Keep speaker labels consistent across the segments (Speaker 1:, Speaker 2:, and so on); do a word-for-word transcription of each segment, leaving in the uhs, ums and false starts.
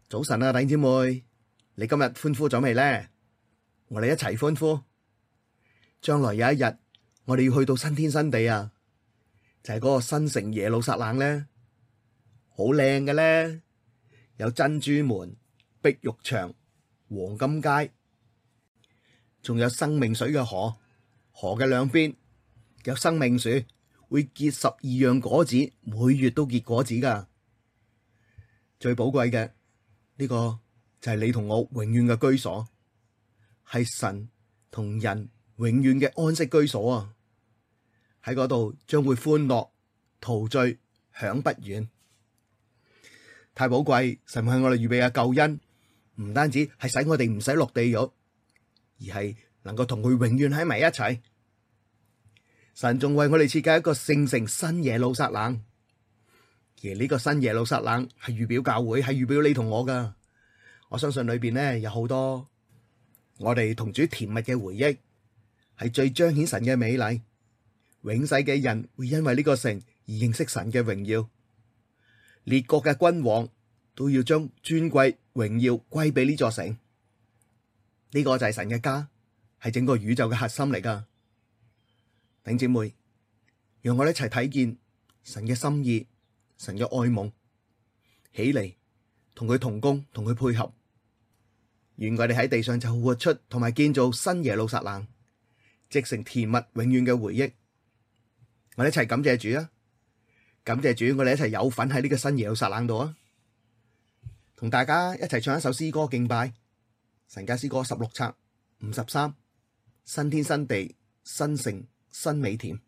Speaker 1: 早晨啊，弟兄姊妹，你今日歡呼咗未呢？我哋一齊歡呼。將來有一日，我哋要去到新天新地啊，就係嗰個新城耶路撒冷咧，好靚嘅咧，有珍珠門、碧玉牆、黃金街，仲有生命水嘅河，河嘅兩邊有生命樹，會結十二樣果子，每月都結果子噶。最寶貴嘅呢個就係你同我永遠嘅居所，係神同人永遠嘅安息居所啊！喺嗰度將會歡樂、陶醉、享不完，太寶貴。神為我哋預備嘅救恩，唔單止係使我哋唔使落地獄，而係能夠同佢永遠喺埋一齊。神仲為我哋設計一個聖城新耶路撒冷。而呢個新耶路撒冷係預表教會，係預表你同我噶。我相信裏邊呢有好多我哋同主甜蜜嘅回憶，係最彰顯神嘅美麗。永世嘅人會因為呢個城而認識神嘅榮耀，列國嘅君王都要將尊貴榮耀歸俾呢座城。呢個就係神嘅家，係整個宇宙嘅核心嚟噶。弟兄姊妹，讓我哋一齊睇見神嘅心意。神嘅愛夢起嚟，同佢同工，同佢配合，願我哋喺地上就活出同埋建造新耶路撒冷，織成甜蜜永遠嘅回憶。我哋一齊感謝主啊！感謝主，我哋一齊有份喺呢個新耶路撒冷度啊！同大家一齊唱一首詩歌敬拜神家詩歌十六冊五十三，新天新地，新城新美甜。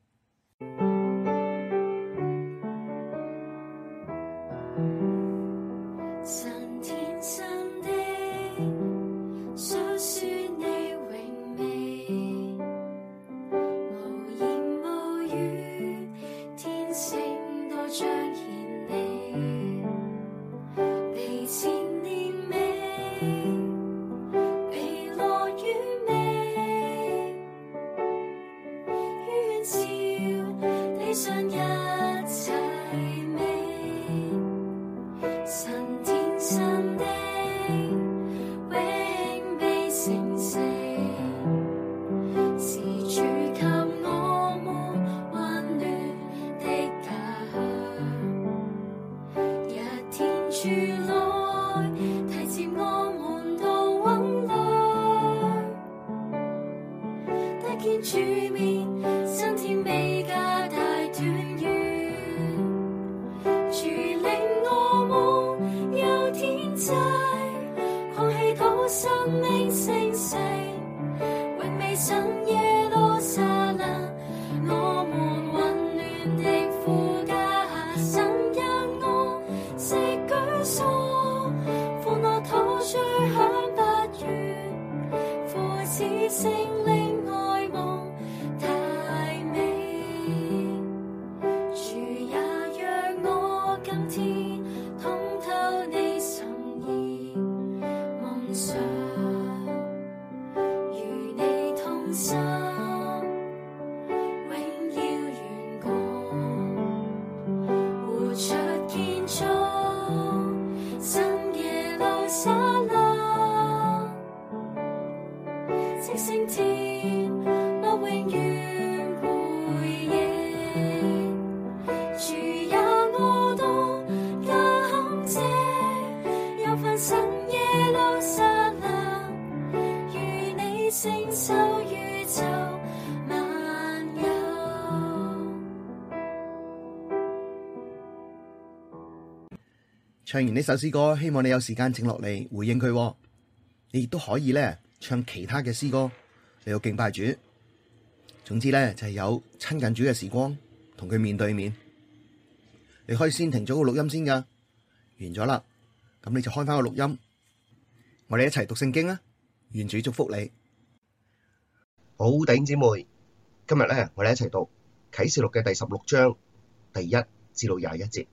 Speaker 1: 唱完呢首詩歌，希望你有時間靜落嚟回應佢。你亦都可以咧唱其他嘅詩歌嚟到敬拜主。總之咧就係有親近主嘅時光，同佢面對面。你可以先停咗個錄音先噶，完咗啦，咁你就開翻個錄音，我哋一齊讀聖經啊！願主祝福你。好，弟兄姊妹，今日咧我哋一齊讀啟示錄嘅第十六章第一至到廿一節。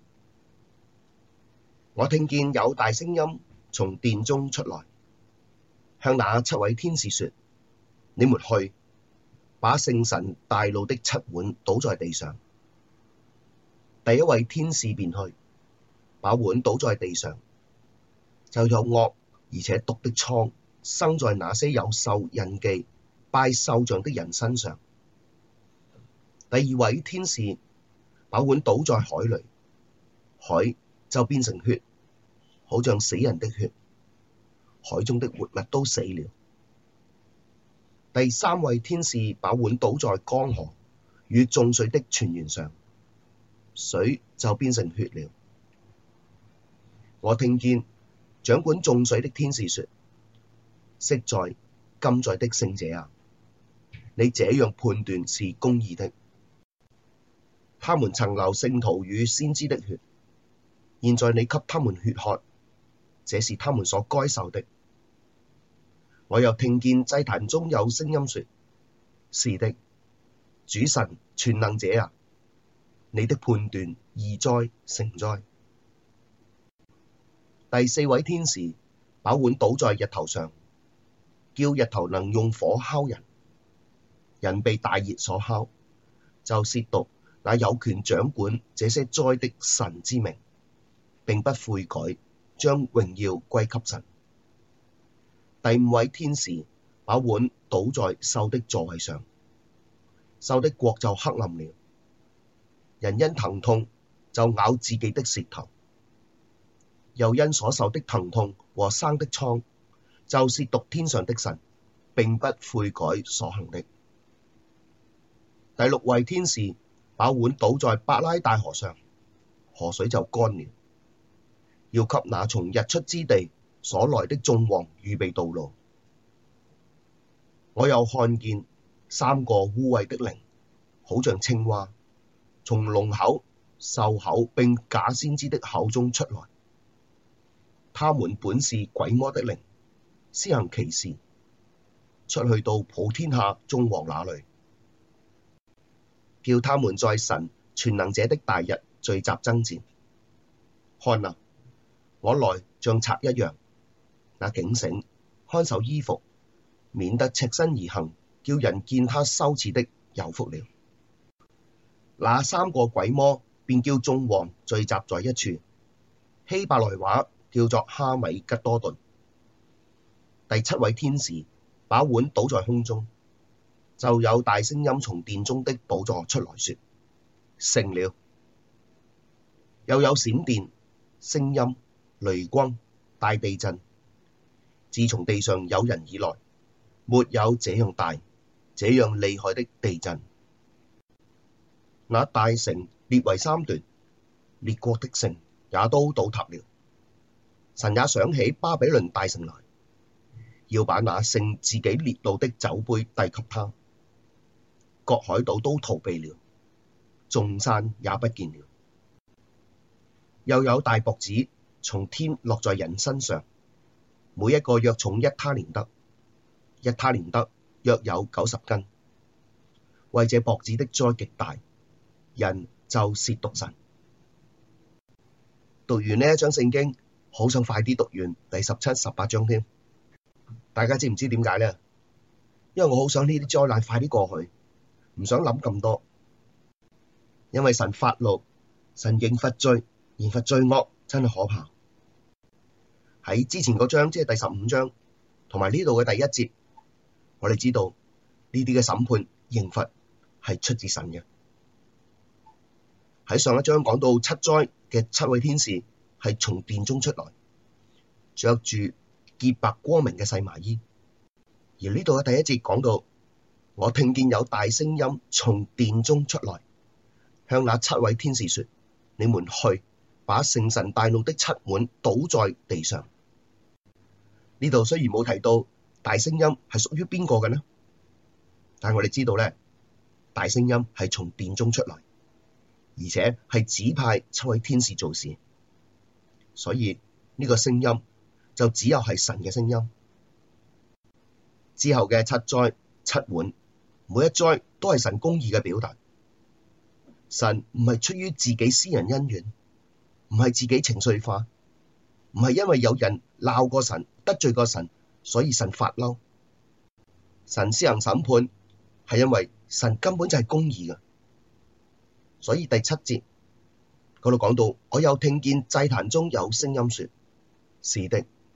Speaker 1: 我聽見有大聲音從殿中出來，向那七位天使說：你們去，把聖神大怒的七碗倒在地上。第一位天使便去，把碗倒在地上，
Speaker 2: 就有惡而且毒的瘡生在那些有獸印記、拜獸像的人身上。第二位天使把碗倒在海裡，海就變成血，好像死人的血，海中的活物都死了。第三位天使把碗倒在江河與眾水的泉源上，水就變成血了。我聽見掌管眾水的天使說：昔在、今在的聖者啊，你這樣判斷是公義的。他們曾流聖徒與先知的血，現在你給他們血喝，這是他們所該受的。我又聽見祭壇中有聲音說：是的，主神全能者啊，你的判斷義哉，誠哉。第四位天使把碗倒在日頭上，叫日頭能用火烤人。人被大熱所烤，就褻瀆那有權掌管這些災的神之名，並不悔改，將榮耀歸給神。第五位天使把碗倒在獸的座位上，獸的國就黑暗了。人因疼痛就咬自己的舌頭，又因所受的疼痛和生的瘡，就褻瀆天上的神，並不悔改所行的。第六位天使把碗倒在伯拉大河上，河水就乾了，要給那從日出之地所來的眾王預備道路。我又看見三個污穢的靈，好像青蛙，從龍口、獸口並假先知的口中出來。他們本是鬼魔的靈，施行奇事，出去到普天下眾王那裡，叫他們在神全能者的大日聚集爭戰。看啊，我來像賊一樣，那警醒看守衣服，免得赤身而行，叫人見他羞恥的有福了。那三個鬼魔便叫眾王聚集在一處，希伯來話叫做哈米吉多頓。第七位天使把碗倒在空中，就有大聲音從殿中的寶座出來說：成了。又有閃電、聲音、雷轟、大地震。自從地上有人以來，沒有這樣大、這樣厲害的地震。那大城裂為三段，列國的城也都倒塌了。神也想起巴比倫大城來，要把那盛自己烈怒的酒杯遞給他。各海島都逃避了，眾山也不見了。又有大雹子從天落在人身上，每一個約重一他連得，一他連得約有九十斤。為這雹子的災極大，人就褻瀆神。讀完呢一章聖經，好想快啲讀完第十七、十八章添。大家知唔知點解呢？因為我好想呢啲災難快啲過去，唔想諗咁多。因為神發怒，神刑罰罪，刑罰罪惡真係可怕。喺之前嗰章，即係第十五章，同埋呢度嘅第一節，我哋知道呢啲嘅審判刑罰係出自神嘅。喺上一章講到七災嘅七位天使係從殿中出來，着住潔白光明嘅細麻衣。而呢度嘅第一節講到，我聽見有大聲音從殿中出來，向那七位天使說：你們去，把盛神大怒的七碗倒在地上。呢度雖然冇提到大聲音係屬於邊個嘅呢，但係我哋知道咧，大聲音係從殿中出來，而且係指派七位天使做事，所以呢個聲音就只有係神嘅聲音。之後嘅七災七碗，每一災都係神公義嘅表達。神唔係出於自己私人恩怨，唔係自己情緒化，唔係因為有人鬧過神、得罪過神，所以神發嬲。神施行審判係因為神根本就係公義嘅。所以第七節嗰度講到，我又聽見祭壇中有聲音說：是的，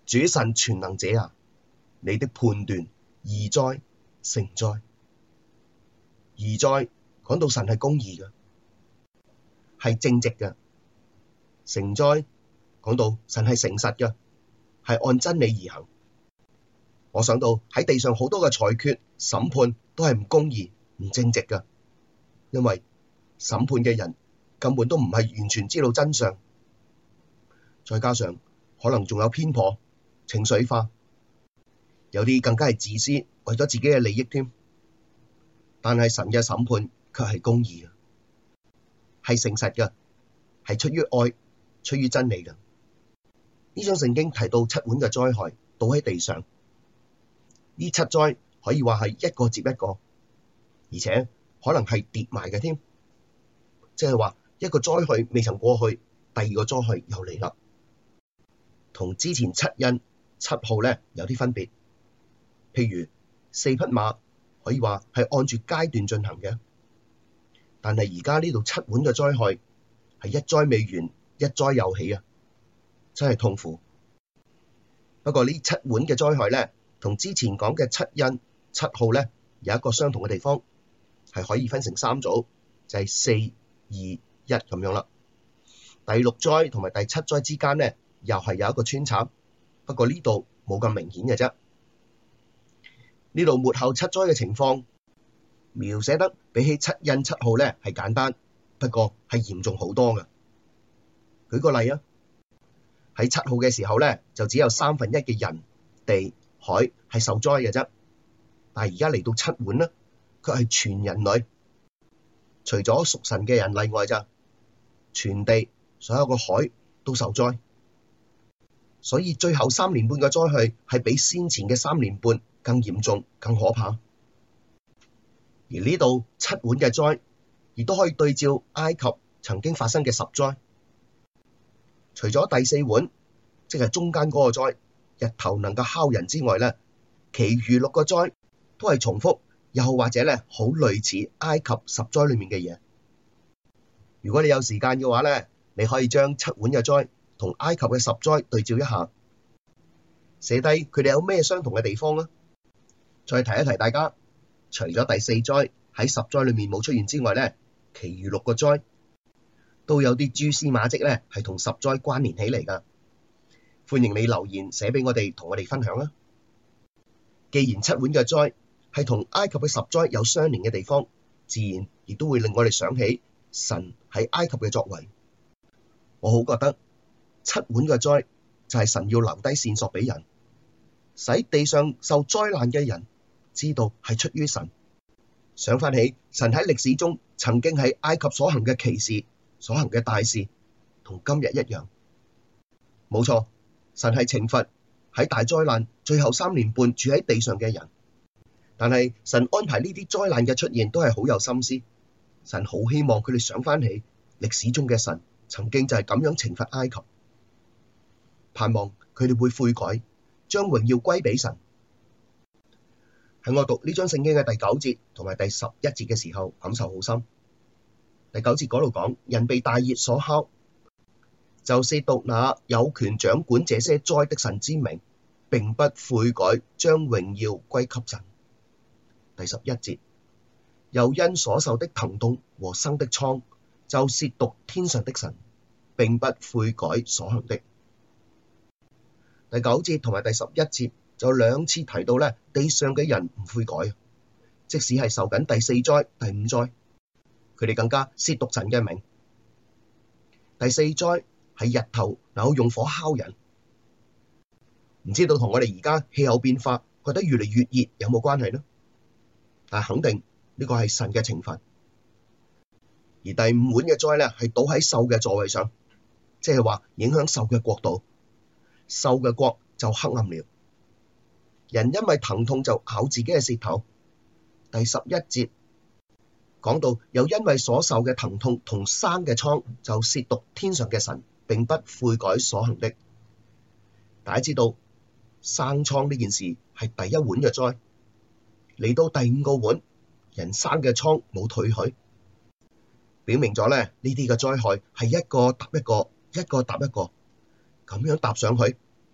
Speaker 2: 主神全能者啊，你的判斷義哉，誠哉。義哉講到神係公義嘅，係正直嘅；誠哉講到神係誠實嘅，係按真理而行。我想到喺地上好多嘅裁決審判都係唔公義、唔正直嘅，因為審判嘅人根本都唔係完全知道真相，再加上可能仲有偏頗、情緒化，有啲更加係自私，為咗自己嘅利益添。但係神嘅審判卻係公義嘅，係誠實嘅，係出於愛、出於真理嘅。呢章聖經提到七碗嘅災害倒喺地上，呢七災可以話係一個接一個，而且可能係疊埋嘅添，即係話一個災害未曾過去，第二個災害又嚟啦，同之前七印七號咧有啲分別。譬如四匹馬可以話係按住階段進行嘅，但係而家呢度七碗嘅災害係一災未完，一災又起啊，真係痛苦。不過呢七碗嘅災害咧，同之前講嘅七印七號咧有一個相同嘅地方，係可以分成三組，就係四二一咁樣啦。第六災同埋第七災之間咧，又係有一個穿插，不過呢度冇咁明顯嘅啫。呢度末後七災嘅情況描寫得比起七印七號咧係簡單，不過係嚴重好多嘅。舉個例啊，喺七號嘅時候咧，就只有三分一嘅人、地、海係受災嘅啫。但係而家嚟到七碗咧，佢係全人類，除咗屬神嘅人例外咋，全地所有個海都受災。所以最後三年半嘅災害係比先前嘅三年半更嚴重、更可怕。而呢度七碗嘅災，亦都可以對照埃及曾經發生嘅十災。除咗第四碗，即係中間嗰個災，日頭能夠烤人之外咧，其餘六個災都係重複，又或者咧好類似埃及十災裡面嘅嘢。如果你有時間嘅話咧，你可以將七碗嘅災同埃及嘅十災對照一下，寫低佢哋有咩相同嘅地方啊。再提一提大家，除咗第四災喺十災裡面冇出現之外咧，其餘六個災都有啲蛛絲馬跡咧，係同十災關聯起嚟噶。歡迎你留言寫俾我哋，同我哋分享啊。既然七碗嘅災係同埃及嘅十災有相連嘅地方，自然亦都會令我哋想起神喺埃及嘅作為。我好覺得七碗嘅災就係神要留低線索俾人，使地上受災難嘅人知道係出於神。想翻起神喺歷史中曾經喺埃及所行嘅奇事、所行嘅大事，同今日一樣。冇錯，神係懲罰喺大災難最後三年半住喺地上嘅人，但係神安排呢啲災難嘅出現都係好有心思。神好希望佢哋想翻起歷史中嘅神曾經就係咁樣懲罰埃及，盼望佢哋會悔改，將榮耀歸俾神。喺我讀呢章聖經嘅第九節同埋第十一節嘅時候，感受好深。第九節嗰度講，人被大熱所烤，就褻瀆那有權掌管這些災的神之名，並不悔改，將榮耀歸給神。第十一節，又因所受的疼痛和生的瘡，就褻瀆天上的神，並不悔改所行的。第九節同埋第十一節就兩次提到咧，地上嘅人唔悔改，即使係受緊第四災、第五災，佢哋更加褻瀆神嘅名。第四災係日頭能夠用火烤人，唔知道同我哋而家氣候變化覺得越嚟越熱有冇關係呢？但肯定呢個係神嘅懲罰。而第五碗嘅災咧係倒喺獸嘅座位上，即係話影響獸嘅國度，獸嘅國就黑暗了。人因為疼痛就咬自己嘅舌頭。第十一節講到，又因為所受嘅疼痛同生嘅瘡，就褻瀆天上嘅神，並不悔改所行的。大家知道生瘡呢件事係第一碗嘅災，嚟到第五個碗，人生嘅瘡冇退去，表明咗咧呢啲嘅災害係一個搭一個，一個搭一個咁樣搭上去。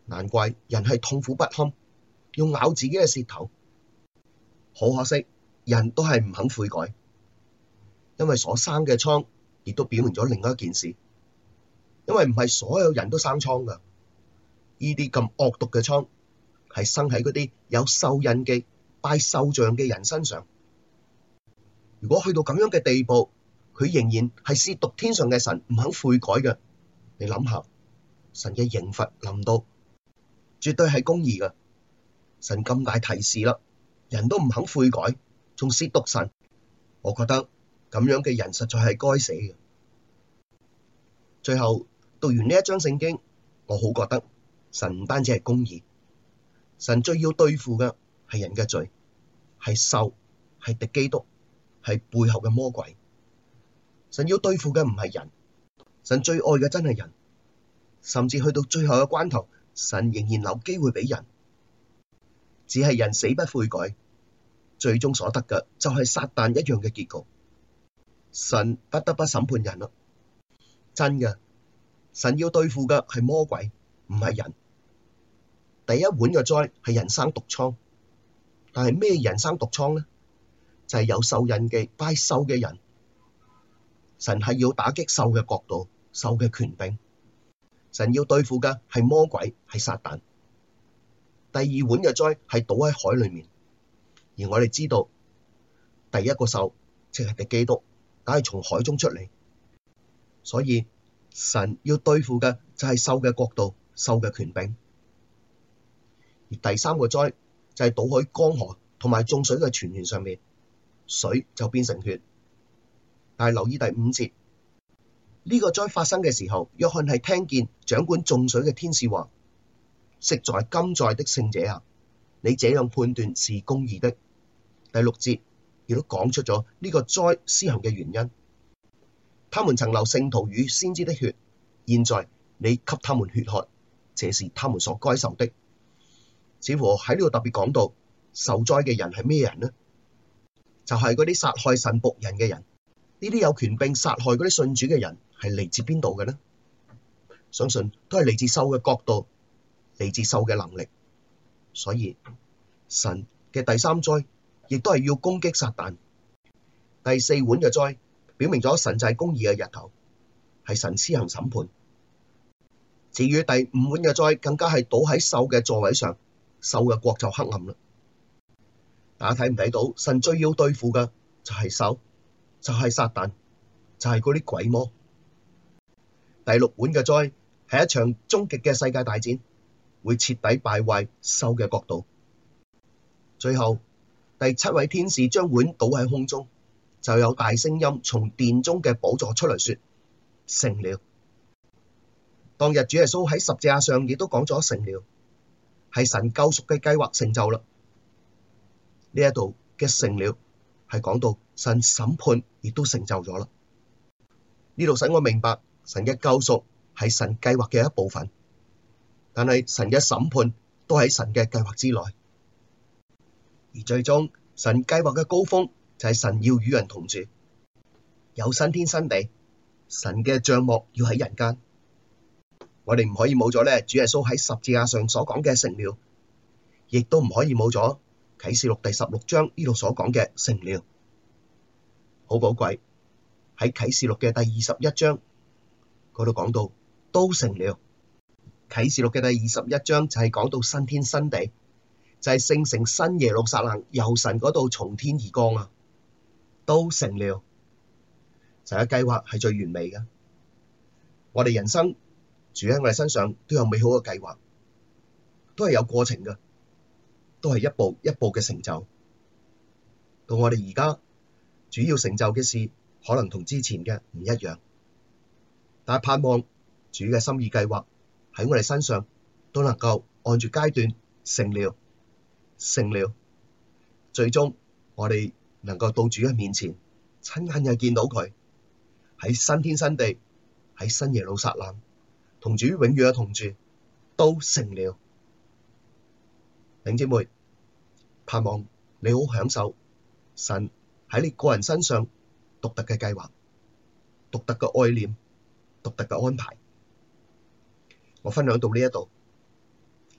Speaker 2: 難怪人係痛苦不堪，要咬自己嘅舌頭。好可惜，人都係唔肯悔改，因為所生嘅瘡亦都表明咗另外一件事，因為唔係所有人都生瘡噶，呢啲咁惡毒嘅瘡係生喺嗰啲有獸印記、拜獸像嘅人身上。如果去到咁樣嘅地步，佢仍然係褻瀆天上嘅神，唔肯悔改嘅，你諗下，神嘅刑罰臨到，絕對係公義噶。神咁大提示啦，人都唔肯悔改，仲褻瀆神，我覺得咁樣嘅人實在係該死嘅。最後讀完呢一章聖經，我好覺得神唔單止係公義，神最要對付嘅係人嘅罪，係獸，係敵基督，係背後嘅魔鬼。神要對付嘅唔係人，神最愛嘅真係人，甚至去到最後嘅關頭，神仍然留機會俾人，只係人死不悔改，最終所得嘅就係撒旦一樣嘅結局。神不得不審判人啦，真嘅，神要對付嘅係魔鬼，唔係人。第一碗嘅災係人生毒瘡，但係咩人生毒瘡呢？就係、是、有獸印記、拜獸嘅人。神係要打擊獸嘅國度、獸嘅權柄，神要對付嘅係魔鬼，係撒旦。第二碗嘅災係倒喺海裡面，而我哋知道第一個獸即係敵基督，梗係從海中出嚟，所以神要對付嘅就係獸嘅國度、獸嘅權柄。而第三個災就係倒喺江河同埋眾水嘅泉源上面，水就變成血。但係留意第五節，呢、這個災發生嘅時候，約翰係聽見掌管眾水嘅天使話：昔在今在的聖者啊，你這樣判斷是公義的。第六節亦都講出咗呢個災施行嘅原因。他們曾流聖徒與先知的血，現在你給他們血喝，這是他們所該受的。似乎喺呢度特別講到受災嘅人係咩人呢？就係嗰啲殺害神僕人嘅人。呢啲有權柄殺害嗰啲信主嘅人係嚟自邊度嘅呢？相信都係嚟自獸嘅國度，嚟自獸嘅能力。所以神嘅第三災亦都係要攻擊撒旦。第四碗嘅災表明咗神就係公義嘅日頭，係神施行審判。至於第五碗嘅災，更加係倒喺獸嘅座位上，獸嘅國就黑暗啦。大家睇唔睇到神最要對付嘅就係獸？就係撒旦，就係嗰啲鬼魔。第六碗嘅災係一場終極嘅世界大戰，會徹底敗壞獸嘅國度。最後第七位天使將碗倒喺空中，就有大聲音從殿中嘅寶座出嚟說：成了。當日主耶穌喺十字架上亦都講咗成了，係神救贖嘅計劃成就啦。呢一度嘅成了係講到神審判亦都成就咗啦。呢度使我明白神嘅救贖係神計劃嘅一部分，但係神嘅審判都喺神嘅計劃之內。而最終神計劃嘅高峰就係神要與人同住，有新天新地，神嘅帳幕要喺人間。我哋唔可以冇咗咧主耶穌喺十字架上所講嘅成了，亦都唔可以冇咗啟示錄第十六章呢度所講嘅成了。好寶貴，喺啟示錄嘅第二十一章嗰度講到都成了。啟示錄嘅第二十一章就係講到新天新地，就係聖城新耶路撒冷由神嗰度從天而降啊，都成了。神嘅計劃係最完美嘅，我哋人生住喺我哋身上都有美好嘅計劃，都係有過程嘅，都係一步一步嘅成就。到我哋而家主要成就嘅事，可能同之前嘅唔一樣，但係盼望主嘅心意計劃喺我哋身上都能夠按住階段成了，成了，最終我哋能夠到主嘅面前，親眼嘅見到佢喺新天新地，喺新耶路撒冷同主永遠嘅同住，都成了。弟兄姊妹，盼望你好享受神喺你個人身上獨特嘅計劃、獨特嘅愛念、獨特嘅安排。我分享到呢一度，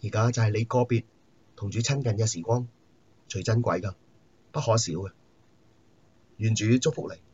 Speaker 2: 而家就係你個別同主親近嘅時光，最珍貴噶，不可少嘅。願主祝福你。